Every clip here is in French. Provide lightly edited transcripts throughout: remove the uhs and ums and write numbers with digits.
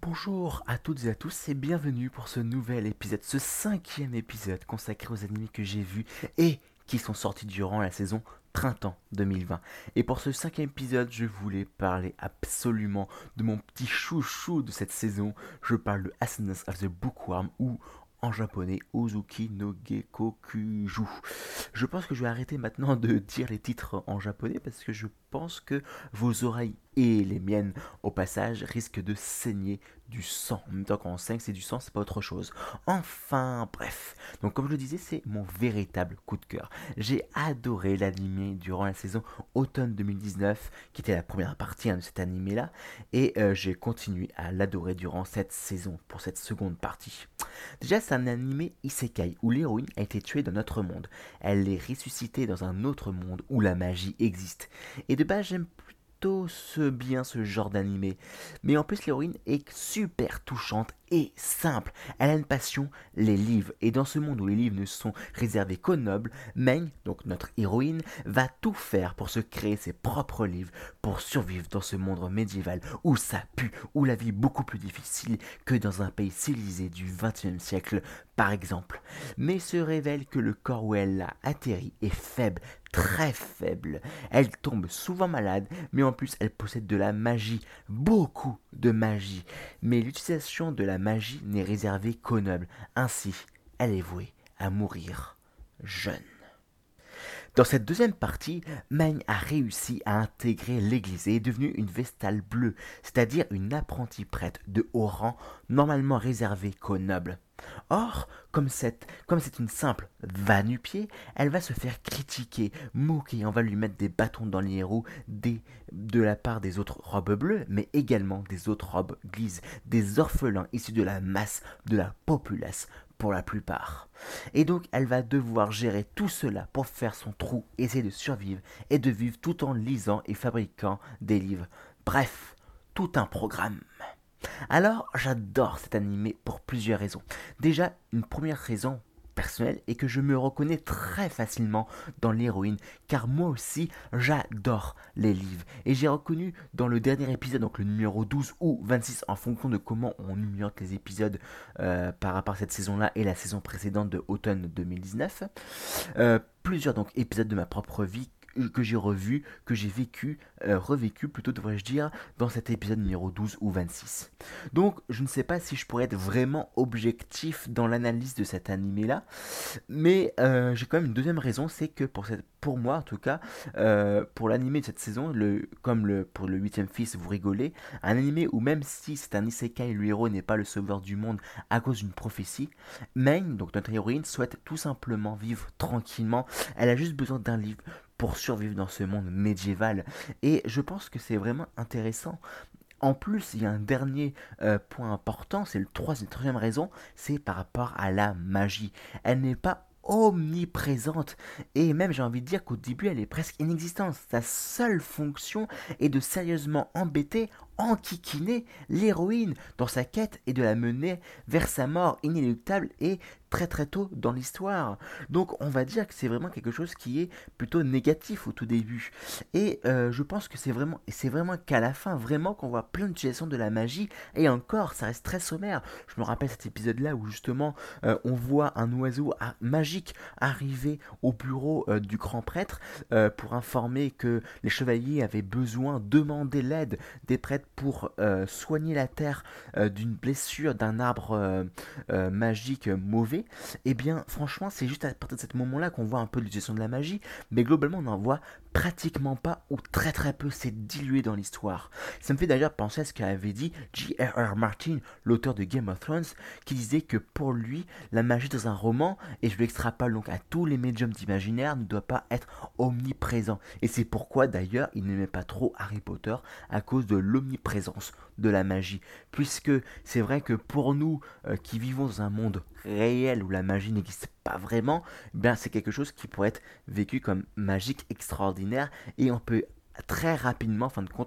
Bonjour à toutes et à tous et bienvenue pour ce nouvel épisode, ce 5e épisode consacré aux animés que j'ai vus et qui sont sortis durant la saison printemps 2020. Et pour ce 5e épisode, je voulais parler absolument de mon petit chouchou de cette saison. Je parle de Ascendance of the Bookworm ou en japonais Ozuki no Gekokuju. Je pense que je vais arrêter maintenant de dire les titres en japonais parce que je pense que vos oreilles et les miennes au passage risquent de saigner du sang. En même temps quand on saigne c'est du sang, c'est pas autre chose. Enfin bref. Donc comme je le disais, c'est mon véritable coup de cœur. J'ai adoré l'anime durant la saison automne 2019 qui était la première partie de cet animé là et j'ai continué à l'adorer durant cette saison pour cette seconde partie. Déjà, c'est un animé isekai où l'héroïne a été tuée dans notre monde. Elle est ressuscitée dans un autre monde où la magie existe. Et de base, j'aime plutôt bien ce genre d'animé. Mais en plus, l'héroïne est super touchante et simple. Elle a une passion, les livres. Et dans ce monde où les livres ne sont réservés qu'aux nobles, Meng, donc notre héroïne, va tout faire pour se créer ses propres livres, pour survivre dans ce monde médiéval où ça pue, où la vie est beaucoup plus difficile que dans un pays civilisé du XXe siècle, par exemple. Mais il se révèle que le corps où elle a atterri est faible, très faible. Elle tombe souvent malade, mais en plus elle possède de la magie, beaucoup de magie. Mais l'utilisation de la magie n'est réservée qu'aux nobles. Ainsi, elle est vouée à mourir jeune. Dans cette deuxième partie, Meng a réussi à intégrer l'église et est devenue une vestale bleue, c'est-à-dire une apprentie prêtre de haut rang, normalement réservée qu'aux nobles. Or, comme c'est une simple va-nu-pied, elle va se faire critiquer, moquer, on va lui mettre des bâtons dans les roues de la part des autres robes bleues, mais également des autres robes grises, des orphelins issus de la masse de la populace pour la plupart. Et donc elle va devoir gérer tout cela pour faire son trou, essayer de survivre et de vivre tout en lisant et fabriquant des livres. Bref, tout un programme. Alors, j'adore cet animé pour plusieurs raisons. Déjà, une première raison personnelle est que je me reconnais très facilement dans l'héroïne, car moi aussi, j'adore les livres. Et j'ai reconnu dans le dernier épisode, donc le numéro 12 ou 26, en fonction de comment on numérate les épisodes par rapport à cette saison-là et la saison précédente de automne 2019, plusieurs donc épisodes de ma propre vie que j'ai revu, que j'ai revécu plutôt devrais-je dire, dans cet épisode numéro 12 ou 26. Donc je ne sais pas si je pourrais être vraiment objectif dans l'analyse de cet animé là, mais j'ai quand même une deuxième raison, c'est que pour moi en tout cas, pour l'animé de cette saison, pour le 8ème fils, vous rigolez, un animé où même si c'est un isekai, le héros n'est pas le sauveur du monde à cause d'une prophétie, Meng, donc notre héroïne, souhaite tout simplement vivre tranquillement, elle a juste besoin d'un livre pour survivre dans ce monde médiéval. Et je pense que c'est vraiment intéressant. En plus, il y a un dernier point important, c'est la troisième raison, c'est par rapport à la magie. Elle n'est pas omniprésente et même j'ai envie de dire qu'au début elle est presque inexistante. Sa seule fonction est de sérieusement embêter, enquiquiner l'héroïne dans sa quête et de la mener vers sa mort inéluctable et très très tôt dans l'histoire. Donc on va dire que c'est vraiment quelque chose qui est plutôt négatif au tout début. Et je pense que c'est vraiment qu'à la fin, vraiment qu'on voit plein d'utilisations de la magie. Et encore, ça reste très sommaire. Je me rappelle cet épisode-là où justement on voit un oiseau magique arriver au bureau du grand prêtre pour informer que les chevaliers avaient besoin, demander l'aide des prêtres pour soigner la terre d'une blessure d'un arbre magique mauvais. Et bien franchement c'est juste à partir de ce moment là qu'on voit un peu l'utilisation de la magie, mais globalement on n'en voit pratiquement pas ou très très peu, c'est dilué dans l'histoire. Ça me fait d'ailleurs penser à ce qu'avait dit J.R.R. Martin, l'auteur de Game of Thrones, qui disait que pour lui la magie dans un roman, et je l'extrapole donc à tous les médiums d'imaginaire, ne doit pas être omniprésent. Et c'est pourquoi d'ailleurs il n'aimait pas trop Harry Potter à cause de l'omniprésence de la magie, puisque c'est vrai que pour nous qui vivons dans un monde réel où la magie n'existe pas vraiment, bien c'est quelque chose qui pourrait être vécu comme magique extraordinaire et on peut très rapidement, en fin de compte,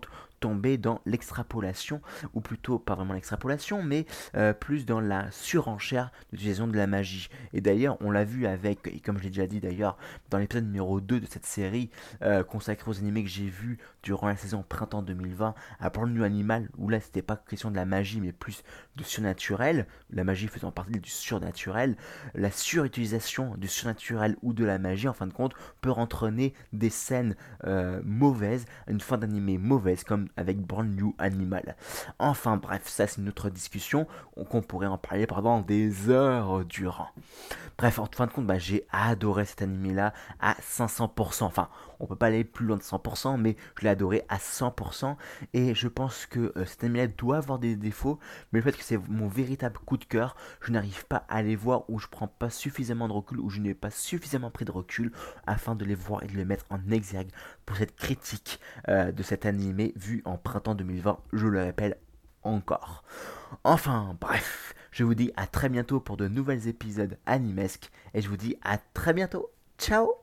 tomber dans l'extrapolation, ou plutôt pas vraiment l'extrapolation, mais plus dans la surenchère d'utilisation de la magie. Et d'ailleurs, on l'a vu avec, et comme je l'ai déjà dit d'ailleurs, dans l'épisode numéro 2 de cette série consacrée aux animés que j'ai vus durant la saison printemps 2020 à Brand New Animal, où là c'était pas question de la magie mais plus du surnaturel, la magie faisant partie du surnaturel, la surutilisation du surnaturel ou de la magie en fin de compte peut entraîner des scènes mauvaises, une fin d'animé mauvaise comme avec Brand New Animal. Enfin bref, ça c'est une autre discussion, qu'on pourrait en parler pendant des heures durant. Bref, en fin de compte, j'ai adoré cet animé-là à 500%. Enfin, on peut pas aller plus loin de 100%, mais je l'ai adoré à 100%. Et je pense que cet animé-là doit avoir des défauts, mais le fait que c'est mon véritable coup de cœur, je n'arrive pas à les voir où je prends pas suffisamment de recul, où je n'ai pas suffisamment pris de recul afin de les voir et de les mettre en exergue pour cette critique de cet animé vu en printemps 2020, je le répète encore. Enfin, bref, je vous dis à très bientôt pour de nouveaux épisodes animesques et je vous dis à très bientôt. Ciao!